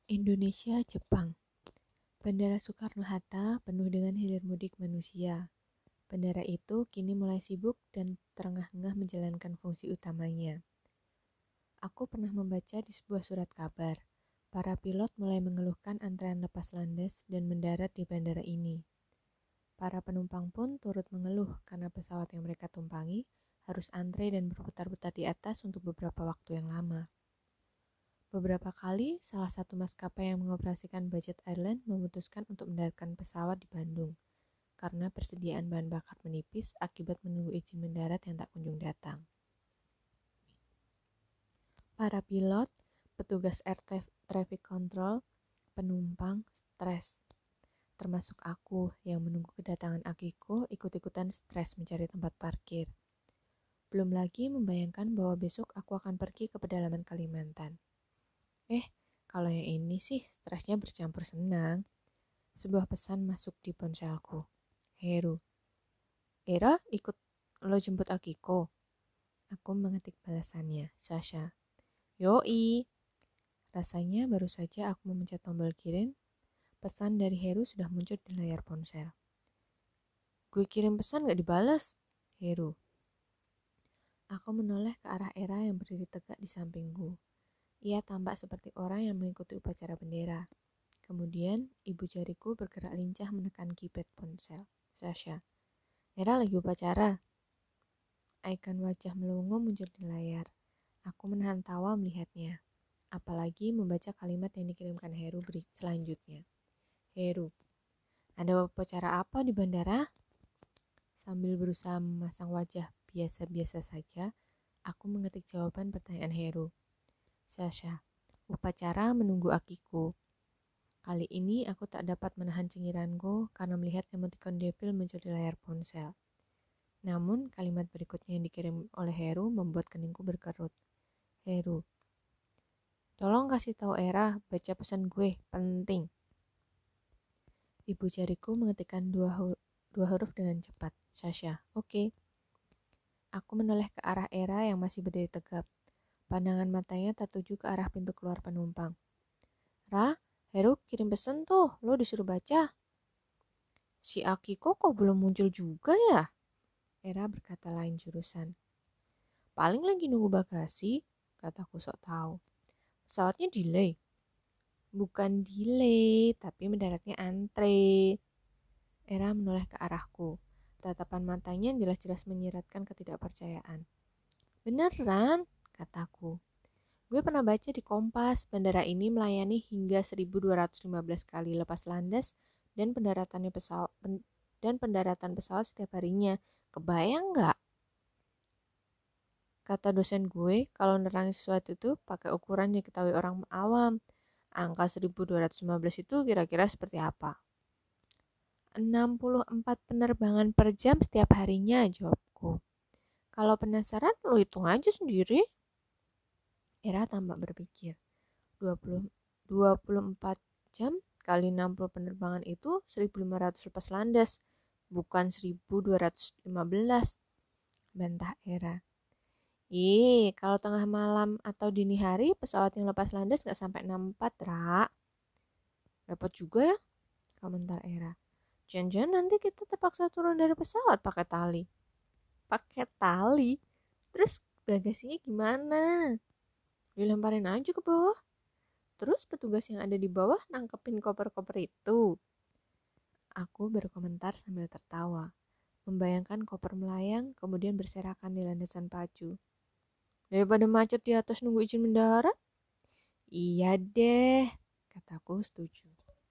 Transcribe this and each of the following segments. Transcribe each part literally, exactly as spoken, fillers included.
Indonesia, Jepang. Bandara Soekarno-Hatta penuh dengan hilir-mudik manusia. Bandara itu kini mulai sibuk dan terengah-engah menjalankan fungsi utamanya. Aku pernah membaca di sebuah surat kabar, para pilot mulai mengeluhkan antrean lepas landas dan mendarat di bandara ini. Para penumpang pun turut mengeluh karena pesawat yang mereka tumpangi harus antre dan berputar-putar di atas untuk beberapa waktu yang lama. Beberapa kali, salah satu maskapai yang mengoperasikan budget airline memutuskan untuk mendaratkan pesawat di Bandung karena persediaan bahan bakar menipis akibat menunggu izin mendarat yang tak kunjung datang. Para pilot, petugas air traffic control, penumpang stres. Termasuk aku yang menunggu kedatangan Akiko ikut-ikutan stres mencari tempat parkir. Belum lagi membayangkan bahwa besok aku akan pergi ke pedalaman Kalimantan. Eh, kalau yang ini sih stresnya bercampur senang. Sebuah pesan masuk di ponselku. Heru. Era, ikut lo jemput Akiko. Aku mengetik balasannya, Sasha. Yoi. Rasanya baru saja aku memencet tombol kirim, pesan dari Heru sudah muncul di layar ponsel. Gue kirim pesan gak dibalas, Heru. Aku menoleh ke arah Era yang berdiri tegak di sampingku. Ia tampak seperti orang yang mengikuti upacara bendera. Kemudian, ibu jariku bergerak lincah menekan keypad ponsel. Sasha. Era lagi upacara. Ikon wajah melongo muncul di layar. Aku menahan tawa melihatnya. Apalagi membaca kalimat yang dikirimkan Heru selanjutnya. Heru. Ada upacara apa di bandara? Sambil berusaha memasang wajah biasa-biasa saja, aku mengetik jawaban pertanyaan Heru. Sasha. Upacara menunggu Akiko. Kali ini aku tak dapat menahan cengiranku karena melihat emotikon devil muncul di layar ponsel. Namun kalimat berikutnya yang dikirim oleh Heru membuat keningku berkerut. Heru. Tolong kasih tahu Era, baca pesan gue, penting. Ibu jariku mengetikkan dua, hu- dua huruf dengan cepat. Sasha. Oke. Okay. Aku menoleh ke arah Era yang masih berdiri tegap. Pandangan matanya tertuju ke arah pintu keluar penumpang. Ra, Heru kirim pesan tuh, lo disuruh baca. Si Akiko kok belum muncul juga ya? Era berkata lain jurusan. Paling lagi nunggu bagasi, kataku sok tahu. Pesawatnya delay. Bukan delay, tapi mendaratnya antre. Era menoleh ke arahku. Tatapan matanya jelas-jelas menyiratkan ketidakpercayaan. Beneran, kataku. Gue pernah baca di Kompas, bandara ini melayani hingga seribu dua ratus lima belas kali lepas landas dan pendaratannya pesawat dan pendaratan pesawat setiap harinya. Kebayang nggak? Kata dosen gue, kalau nerangi sesuatu itu pakai ukuran yang diketahui orang awam. Angka seribu dua ratus lima belas itu kira-kira seperti apa? enam puluh empat penerbangan per jam setiap harinya, jawabku. Kalau penasaran, lo hitung aja sendiri. Era tampak berpikir. dua puluh, dua puluh empat jam kali enam puluh penerbangan itu seribu lima ratus lepas landas, bukan seribu dua ratus lima belas. Bantah Era. Ih, kalau tengah malam atau dini hari pesawat yang lepas landas gak sampai enam puluh empat, Ra. Repot juga ya, komentar Era. Jangan-jangan nanti kita terpaksa turun dari pesawat pakai tali. Pakai tali? Terus bagasinya gimana? Dilemparin aja ke bawah. Terus petugas yang ada di bawah nangkepin koper-koper itu. Aku berkomentar sambil tertawa, membayangkan koper melayang kemudian berserakan di landasan pacu. Daripada macet di atas nunggu izin mendarat? Iya deh, kataku setuju.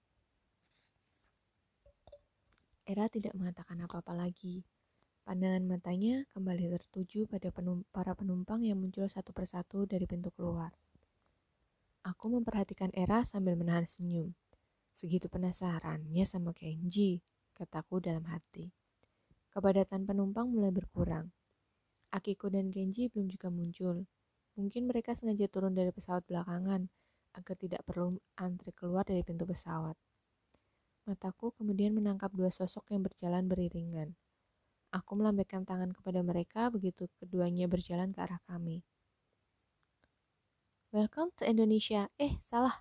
Era tidak mengatakan apa-apa lagi. Pandangan matanya kembali tertuju pada penum- para penumpang yang muncul satu persatu dari pintu keluar. Aku memperhatikan Era sambil menahan senyum. Segitu penasarannya sama Kenji, kataku dalam hati. Kepadatan penumpang mulai berkurang. Akiko dan Kenji belum juga muncul. Mungkin mereka sengaja turun dari pesawat belakangan, agar tidak perlu antri keluar dari pintu pesawat. Mataku kemudian menangkap dua sosok yang berjalan beriringan. Aku melambaikan tangan kepada mereka begitu keduanya berjalan ke arah kami. Welcome to Indonesia. Eh, salah. Aku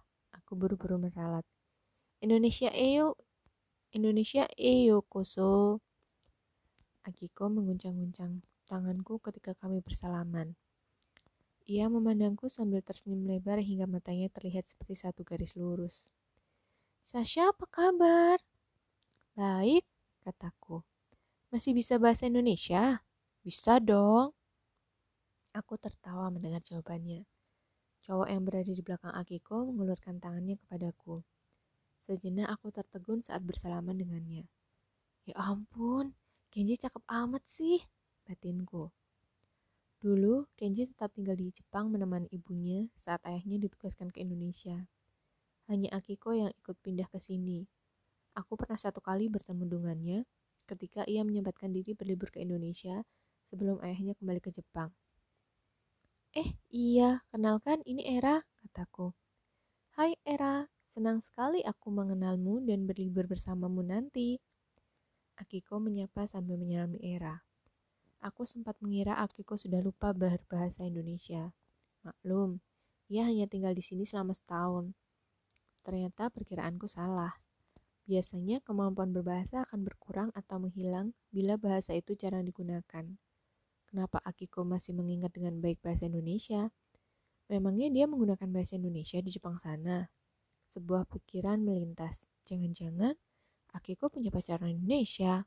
Aku buru-buru meralat. Indonesia eyo, Indonesia eyo koso. Akiko mengguncang-guncang tanganku ketika kami bersalaman. Ia memandangku sambil tersenyum lebar hingga matanya terlihat seperti satu garis lurus. Sasha, apa kabar? Baik, kataku. Masih bisa bahasa Indonesia? Bisa dong. Aku tertawa mendengar jawabannya. Cowok yang berada di belakang Akiko mengulurkan tangannya kepadaku. Sejenak aku tertegun saat bersalaman dengannya. Ya ampun, Kenji cakep amat sih, batinku. Dulu, Kenji tetap tinggal di Jepang menemani ibunya saat ayahnya ditugaskan ke Indonesia. Hanya Akiko yang ikut pindah ke sini. Aku pernah satu kali bertemu dengannya ketika ia menyempatkan diri berlibur ke Indonesia sebelum ayahnya kembali ke Jepang. Eh, iya, kenalkan ini Era, kataku. Hai Era, senang sekali aku mengenalmu dan berlibur bersamamu nanti. Akiko menyapa sambil menyalami Era. Aku sempat mengira Akiko sudah lupa berbahasa Indonesia. Maklum, ia hanya tinggal di sini selama setahun. Ternyata perkiraanku salah. Biasanya kemampuan berbahasa akan berkurang atau menghilang bila bahasa itu jarang digunakan. Kenapa Akiko masih mengingat dengan baik bahasa Indonesia? Memangnya dia menggunakan bahasa Indonesia di Jepang sana? Sebuah pikiran melintas. Jangan-jangan Akiko punya pacar Indonesia.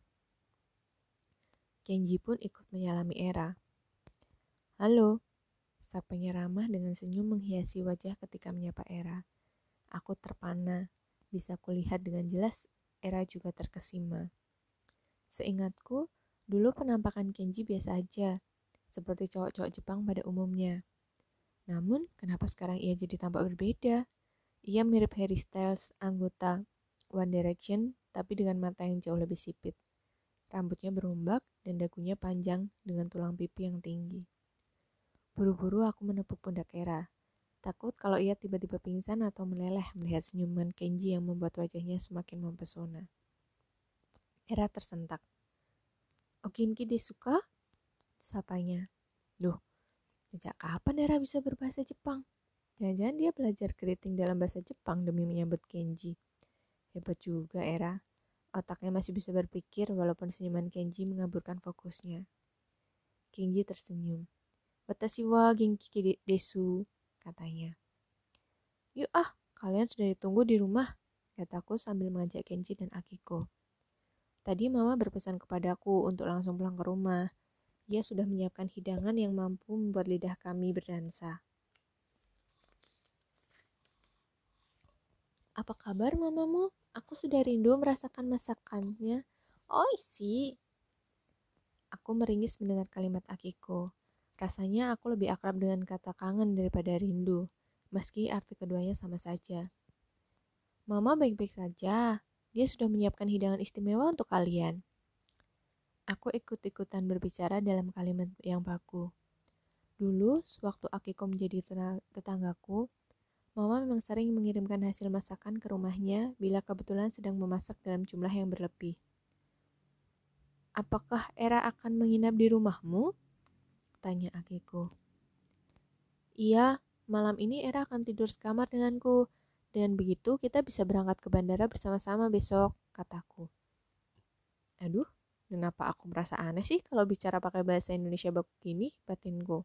Kenji pun ikut menyalami Era. Halo, sapanya ramah dengan senyum menghiasi wajah ketika menyapa Era. Aku terpana, bisa kulihat dengan jelas Era juga terkesima. Seingatku, dulu penampakan Kenji biasa aja, seperti cowok-cowok Jepang pada umumnya. Namun, kenapa sekarang ia jadi tampak berbeda? Ia mirip Harry Styles, anggota One Direction, tapi dengan mata yang jauh lebih sipit. Rambutnya berombak dan dagunya panjang dengan tulang pipi yang tinggi. Buru-buru aku menepuk pundak Era. Takut kalau ia tiba-tiba pingsan atau meleleh melihat senyuman Kenji yang membuat wajahnya semakin mempesona. Era tersentak. Okinki desuka? Sapanya. Duh, sejak kapan Era bisa berbahasa Jepang? Jangan-jangan dia belajar greeting dalam bahasa Jepang demi menyambut Kenji. Hebat juga Era. Otaknya masih bisa berpikir walaupun senyuman Kenji mengaburkan fokusnya. Kenji tersenyum. Watashi wa genki desu, katanya. Yuk ah, kalian sudah ditunggu di rumah, kataku sambil mengajak Kenji dan Akiko. Tadi Mama berpesan kepadaku untuk langsung pulang ke rumah. Dia sudah menyiapkan hidangan yang mampu membuat lidah kami berdansa. Apa kabar mamamu? Aku sudah rindu merasakan masakannya. Oh isi. Aku meringis mendengar kalimat Akiko. Rasanya aku lebih akrab dengan kata kangen daripada rindu, meski arti keduanya sama saja. Mama baik-baik saja. Dia sudah menyiapkan hidangan istimewa untuk kalian. Aku ikut-ikutan berbicara dalam kalimat yang baku. Dulu, sewaktu Akiko menjadi tetanggaku, Mama memang sering mengirimkan hasil masakan ke rumahnya bila kebetulan sedang memasak dalam jumlah yang berlebih. Apakah Era akan menginap di rumahmu? Tanya Akiko. Iya, malam ini Era akan tidur sekamar denganku. Dengan begitu kita bisa berangkat ke bandara bersama-sama besok, kataku. Aduh, kenapa aku merasa aneh sih kalau bicara pakai bahasa Indonesia baku gini, batinku.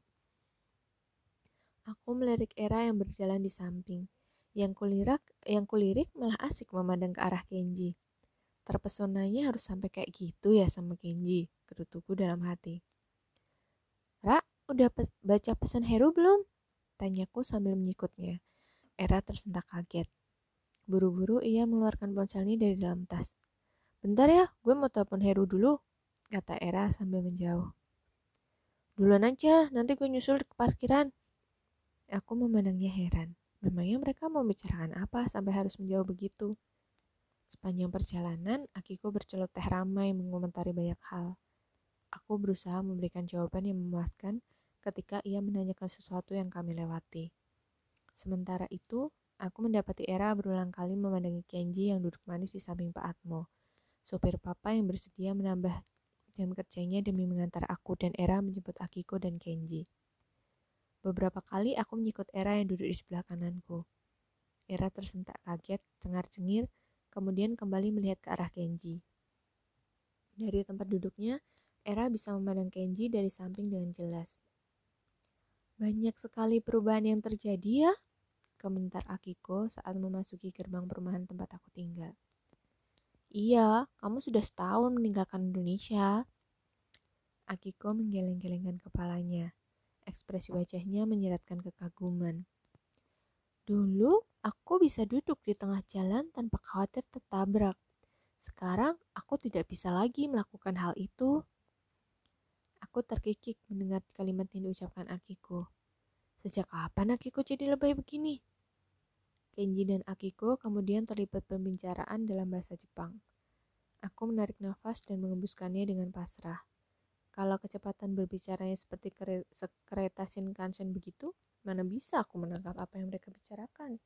Aku melirik Era yang berjalan di samping. Yang kulirik, yang kulirik malah asik memandang ke arah Kenji. Terpesonanya harus sampai kayak gitu ya sama Kenji, gerutuku dalam hati. Ra, udah pe- baca pesan Heru belum? Tanyaku sambil menyikutnya. Era tersentak kaget. Buru-buru ia mengeluarkan ponselnya dari dalam tas. Bentar ya, gue mau telepon Heru dulu, kata Era sambil menjauh. Duluan aja, nanti gue nyusul ke parkiran. Aku memandangnya heran. Memangnya mereka mau bicarakan apa sampai harus menjauh begitu? Sepanjang perjalanan, Akiko berceloteh ramai mengomentari banyak hal. Aku berusaha memberikan jawaban yang memuaskan ketika ia menanyakan sesuatu yang kami lewati. Sementara itu, aku mendapati Era berulang kali memandangi Kenji yang duduk manis di samping Pak Atmo, sopir papa yang bersedia menambah jam kerjanya demi mengantar aku dan Era menjemput Akiko dan Kenji. Beberapa kali aku menyikut Era yang duduk di sebelah kananku. Era tersentak kaget, cengar-cengir, kemudian kembali melihat ke arah Kenji. Dari tempat duduknya, Era bisa memandang Kenji dari samping dengan jelas. Banyak sekali perubahan yang terjadi ya, komentar Akiko saat memasuki gerbang perumahan tempat aku tinggal. Iya, kamu sudah setahun meninggalkan Indonesia. Akiko menggeleng-gelengkan kepalanya. Ekspresi wajahnya menyeratkan kekaguman. Dulu, aku bisa duduk di tengah jalan tanpa khawatir tertabrak. Sekarang, aku tidak bisa lagi melakukan hal itu. Aku terkikik mendengar kalimat yang diucapkan Akiko. Sejak kapan Akiko jadi lebay begini? Kenji dan Akiko kemudian terlibat pembicaraan dalam bahasa Jepang. Aku menarik nafas dan mengembuskannya dengan pasrah. Kalau kecepatan berbicaranya seperti kereta Shinkansen begitu, mana bisa aku menangkap apa yang mereka bicarakan?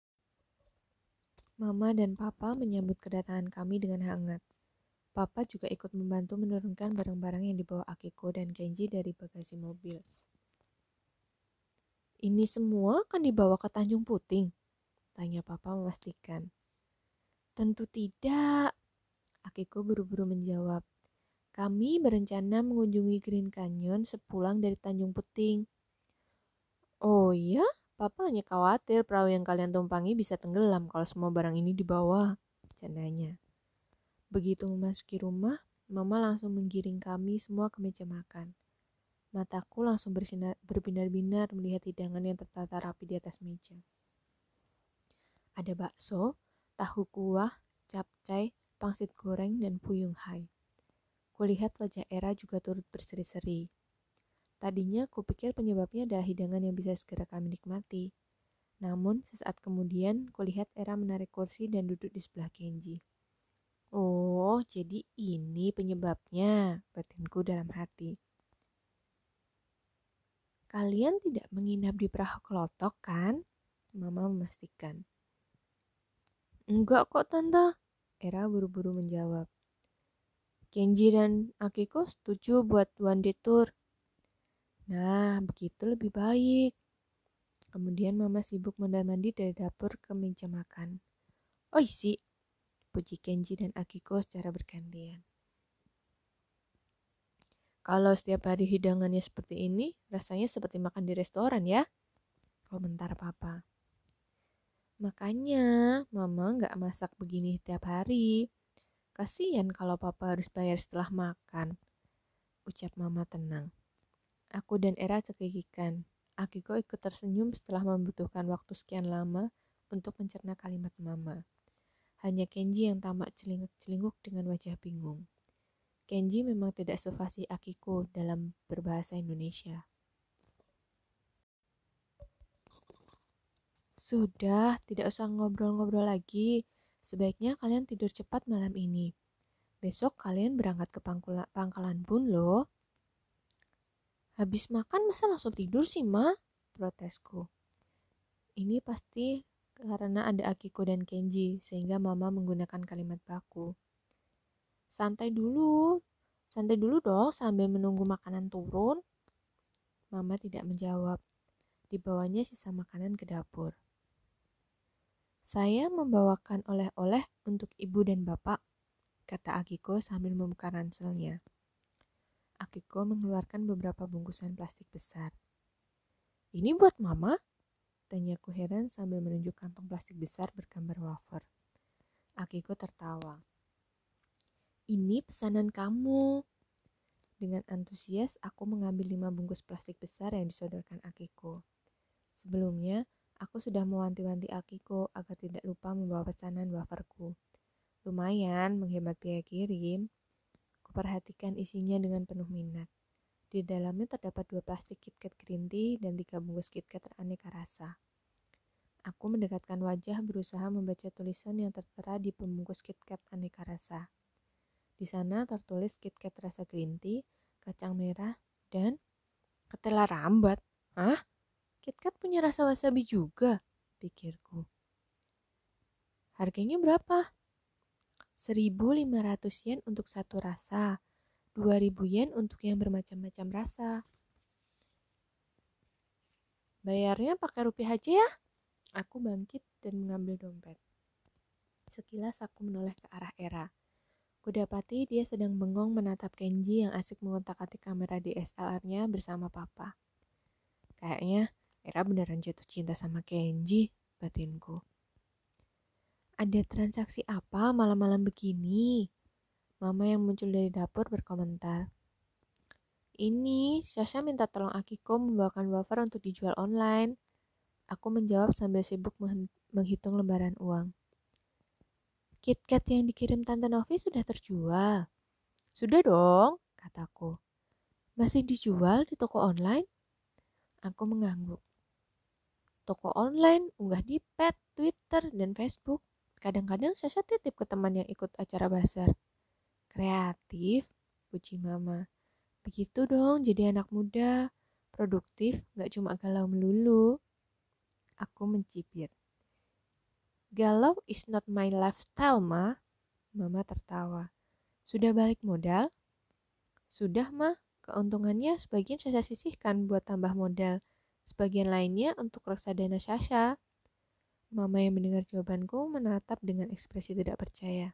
Mama dan Papa menyambut kedatangan kami dengan hangat. Papa juga ikut membantu menurunkan barang-barang yang dibawa Akiko dan Kenji dari bagasi mobil. Ini semua akan dibawa ke Tanjung Puting? Tanya Papa memastikan. Tentu tidak. Akiko buru-buru menjawab. Kami berencana mengunjungi Green Canyon sepulang dari Tanjung Puting. Oh iya? Papa hanya khawatir perahu yang kalian tumpangi bisa tenggelam kalau semua barang ini dibawa, candanya. Begitu memasuki rumah, Mama langsung menggiring kami semua ke meja makan. Mataku langsung bersinar, berbinar-binar melihat hidangan yang tertata rapi di atas meja. Ada bakso, tahu kuah, capcay, pangsit goreng, dan puyung hai. Kulihat wajah Era juga turut berseri-seri. Tadinya kupikir penyebabnya adalah hidangan yang bisa segera kami nikmati. Namun sesaat kemudian kulihat Era menarik kursi dan duduk di sebelah Kenji. Oh, jadi ini penyebabnya, batinku dalam hati. Kalian tidak menginap di perahu kelotok kan? Mama memastikan. Enggak kok tante, Era buru-buru menjawab. Kenji dan Akiko setuju buat one day tour. Nah, begitu lebih baik. Kemudian Mama sibuk mondar-mandir dari dapur ke meja makan. Oh isi, puji Kenji dan Akiko secara bergantian. Kalau setiap hari hidangannya seperti ini, rasanya seperti makan di restoran ya, komentar Papa. Makanya, Mama nggak masak begini tiap hari. Kasian kalau Papa harus bayar setelah makan, ucap Mama tenang. Aku dan Era cekikikan. Akiko ikut tersenyum setelah membutuhkan waktu sekian lama untuk mencerna kalimat Mama. Hanya Kenji yang tamak celinguk-celinguk dengan wajah bingung. Kenji memang tidak sefasih Akiko dalam berbahasa Indonesia. Sudah, tidak usah ngobrol-ngobrol lagi. Sebaiknya kalian tidur cepat malam ini. Besok kalian berangkat ke Pangkalan Bun loh. Habis makan masa langsung tidur sih, Ma? Protesku. Ini pasti karena ada Akiko dan Kenji, sehingga Mama menggunakan kalimat baku. Santai dulu, santai dulu dong sambil menunggu makanan turun. Mama tidak menjawab. Dibawanya sisa makanan ke dapur. Saya membawakan oleh-oleh untuk ibu dan bapak, kata Akiko sambil membuka ranselnya. Akiko mengeluarkan beberapa bungkusan plastik besar. Ini buat Mama? Tanyaku heran sambil menunjuk kantong plastik besar bergambar wafer. Akiko tertawa. Ini pesanan kamu. Dengan antusias, aku mengambil lima bungkus plastik besar yang disodorkan Akiko. Sebelumnya, aku sudah mewanti-wanti Akiko agar tidak lupa membawa pesanan waferku. Lumayan menghemat biaya kirim. Kuperhatikan isinya dengan penuh minat. Di dalamnya terdapat dua plastik KitKat Green Tea dan tiga bungkus KitKat aneka rasa. Aku mendekatkan wajah berusaha membaca tulisan yang tertera di pembungkus KitKat aneka rasa. Di sana tertulis KitKat rasa green tea, kacang merah, dan ketela rambat. Hah? KitKat punya rasa wasabi juga, pikirku. Harganya berapa? seribu lima ratus yen untuk satu rasa, dua ribu yen untuk yang bermacam-macam rasa. Bayarnya pakai rupiah aja ya? Aku bangkit dan mengambil dompet. Sekilas aku menoleh ke arah Era. Kudapati dia sedang bengong menatap Kenji yang asik mengotak-atik kamera D S L R-nya bersama papa. Kayaknya Era beneran jatuh cinta sama Kenji, batinku. Ada transaksi apa malam-malam begini? Mama yang muncul dari dapur berkomentar. Ini, Sasha minta tolong Akiko membawakan wafer untuk dijual online. Aku menjawab sambil sibuk menghitung lembaran uang. KitKat yang dikirim Tante Novi sudah terjual. Sudah dong, kataku. Masih dijual di toko online? Aku mengangguk. Toko online unggah di Pet, Twitter, dan Facebook. Kadang-kadang Sasha titip ke teman yang ikut acara bazar. Kreatif, puji mama. Begitu dong jadi anak muda. Produktif, gak cuma galau melulu. Aku mencibir. Galau is not my lifestyle, Ma. Mama tertawa. Sudah balik modal? Sudah, Ma. Keuntungannya sebagian saya sisihkan buat tambah modal. Sebagian lainnya untuk reksadana Sasha. Mama yang mendengar jawabanku menatap dengan ekspresi tidak percaya.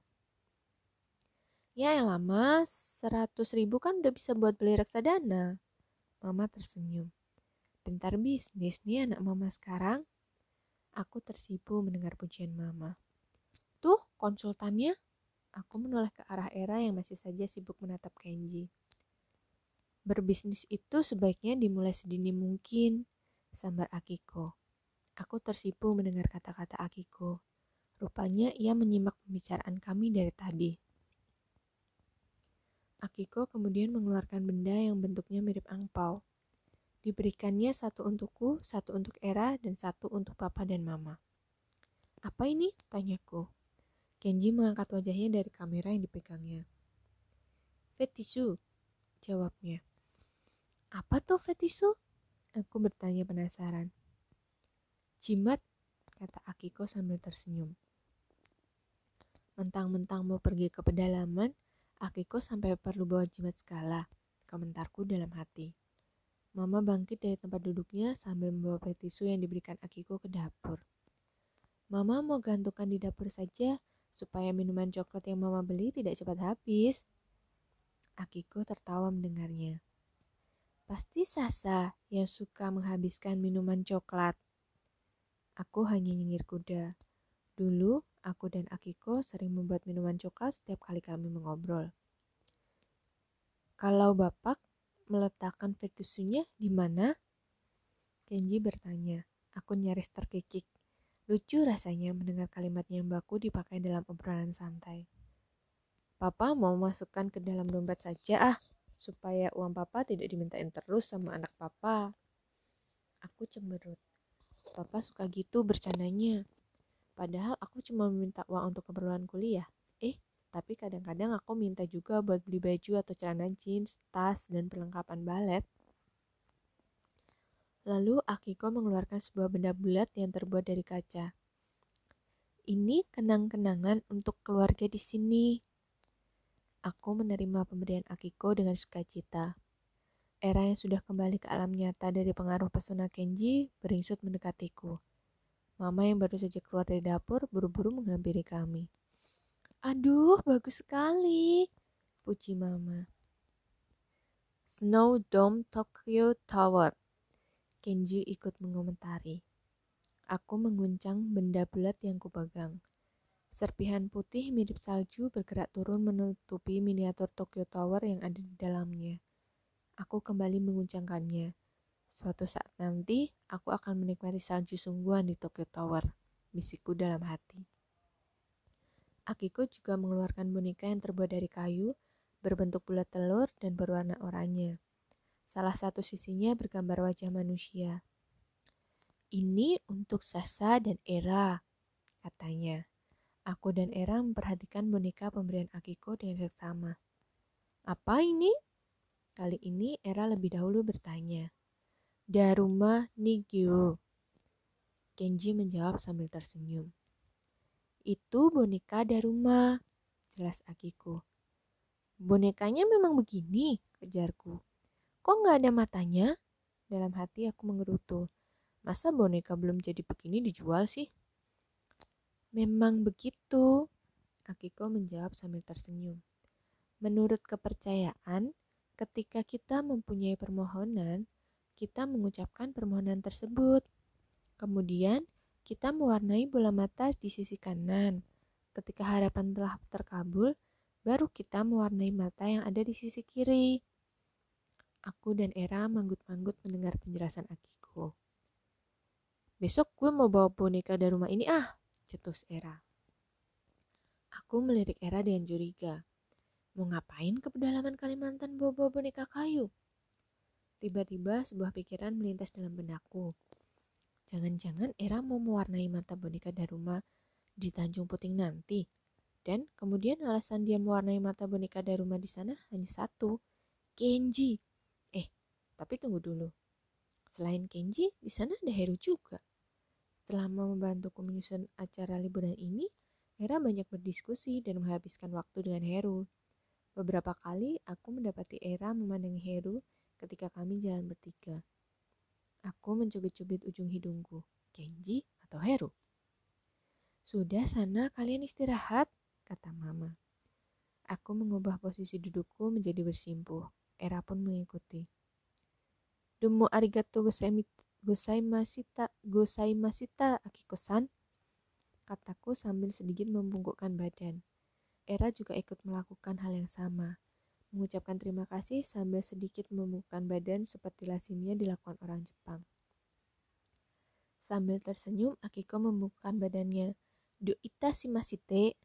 Ya elah mas, seratus ribu kan udah bisa buat beli reksadana. Mama tersenyum. Pintar bisnis nih anak mama sekarang. Aku tersipu mendengar pujian mama. Tuh konsultannya. Aku menoleh ke arah Era yang masih saja sibuk menatap Kenji. Berbisnis itu sebaiknya dimulai sedini mungkin, sambar Akiko. Aku tersipu mendengar kata-kata Akiko. Rupanya ia menyimak pembicaraan kami dari tadi. Akiko kemudian mengeluarkan benda yang bentuknya mirip angpau. Diberikannya satu untukku, satu untuk Era, dan satu untuk papa dan mama. Apa ini? Tanyaku. Kenji mengangkat wajahnya dari kamera yang dipegangnya. Fetisu, jawabnya. Apa tuh fetisu? Aku bertanya penasaran. Jimat, kata Akiko sambil tersenyum. Mentang-mentang mau pergi ke pedalaman, Akiko sampai perlu bawa jimat segala, komentarku dalam hati. Mama bangkit dari tempat duduknya sambil membawa petisu yang diberikan Akiko ke dapur. Mama mau gantungkan di dapur saja, supaya minuman coklat yang Mama beli tidak cepat habis. Akiko tertawa mendengarnya. Pasti Sasa yang suka menghabiskan minuman coklat. Aku hanya nyengir kuda. Dulu, aku dan Akiko sering membuat minuman coklat setiap kali kami mengobrol. Kalau Bapak meletakkan petisunya di mana? Kenji bertanya. Aku nyaris terkikik. Lucu rasanya mendengar kalimat yang baku dipakai dalam obrolan santai. Papa mau masukkan ke dalam dompet saja ah, supaya uang papa tidak dimintain terus sama anak papa. Aku cemberut. Papa suka gitu bercandanya. Padahal aku cuma meminta uang untuk keperluan kuliah. Eh, tapi kadang-kadang aku minta juga buat beli baju atau celana jeans, tas, dan perlengkapan balet. Lalu Akiko mengeluarkan sebuah benda bulat yang terbuat dari kaca. Ini kenang-kenangan untuk keluarga di sini. Aku menerima pemberian Akiko dengan sukacita. Era yang sudah kembali ke alam nyata dari pengaruh pesona Kenji beringsut mendekatiku. Mama yang baru saja keluar dari dapur buru-buru menghampiri kami. Aduh, bagus sekali, puji Mama. Snow Dome Tokyo Tower. Kenji ikut mengomentari. Aku mengguncang benda bulat yang kupegang. Serpihan putih mirip salju bergerak turun menutupi miniatur Tokyo Tower yang ada di dalamnya. Aku kembali mengguncangkannya. Suatu saat nanti, aku akan menikmati salju sungguhan di Tokyo Tower, bisikku dalam hati. Akiko juga mengeluarkan boneka yang terbuat dari kayu, berbentuk bulat telur dan berwarna oranye. Salah satu sisinya bergambar wajah manusia. Ini untuk Sasa dan Era, katanya. Aku dan Era memperhatikan boneka pemberian Akiko dengan seksama. Apa ini? Kali ini Era lebih dahulu bertanya. Daruma Nigyo. Kenji menjawab sambil tersenyum. Itu boneka Daruma, jelas Akiko. Bonekanya memang begini, kejarku. Kok nggak ada matanya? Dalam hati aku menggerutu. Masa boneka belum jadi begini dijual sih? Memang begitu, Akiko menjawab sambil tersenyum. Menurut kepercayaan, ketika kita mempunyai permohonan, kita mengucapkan permohonan tersebut. Kemudian, kita mewarnai bola mata di sisi kanan. Ketika harapan telah terkabul, baru kita mewarnai mata yang ada di sisi kiri. Aku dan Era manggut-manggut mendengar penjelasan Akiko. Besok gue mau bawa boneka dari rumah ini ah, cetus Era. Aku melirik Era dengan curiga. Mau ngapain ke pedalaman Kalimantan bawa-bawa boneka kayu? Tiba-tiba sebuah pikiran melintas dalam benakku. Jangan-jangan Era mau mewarnai mata boneka Daruma di Tanjung Puting nanti. Dan kemudian alasan dia mewarnai mata boneka Daruma di sana hanya satu, Kenji. Eh, tapi tunggu dulu. Selain Kenji, di sana ada Heru juga. Selama membantuku menyusun acara liburan ini, Era banyak berdiskusi dan menghabiskan waktu dengan Heru. Beberapa kali aku mendapati Era memandangi Heru ketika kami jalan bertiga. Aku mencubit-cubit ujung hidungku. Kenji atau Heru? Sudah sana kalian istirahat, kata Mama. Aku mengubah posisi dudukku menjadi bersimpuh. Era pun mengikuti. Domo arigato gozaimasita, gozaimasita, Akiko-san, kataku sambil sedikit membungkukkan badan. Era juga ikut melakukan hal yang sama, mengucapkan terima kasih sambil sedikit membungkukkan badan seperti lazimnya dilakukan orang Jepang. Sambil tersenyum, Akiko membungkukkan badannya. Do ita shimashite.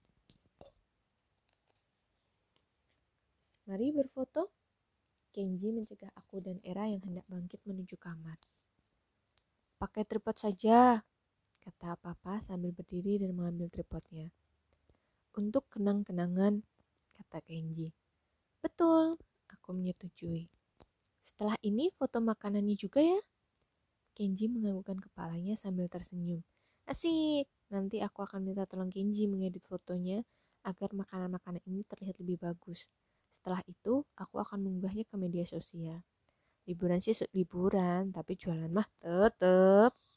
Mari berfoto. Kenji mencegah aku dan Era yang hendak bangkit menuju kamar. Pakai tripod saja, kata Papa sambil berdiri dan mengambil tripodnya. Untuk kenang-kenangan, kata Kenji. Betul, aku menyetujui. Setelah ini foto makanannya juga ya? Kenji menganggukkan kepalanya sambil tersenyum. Asik, nanti aku akan minta tolong Kenji mengedit fotonya agar makanan-makanan ini terlihat lebih bagus. Setelah itu, aku akan mengunggahnya ke media sosial. Liburan sih liburan, tapi jualan mah tetep.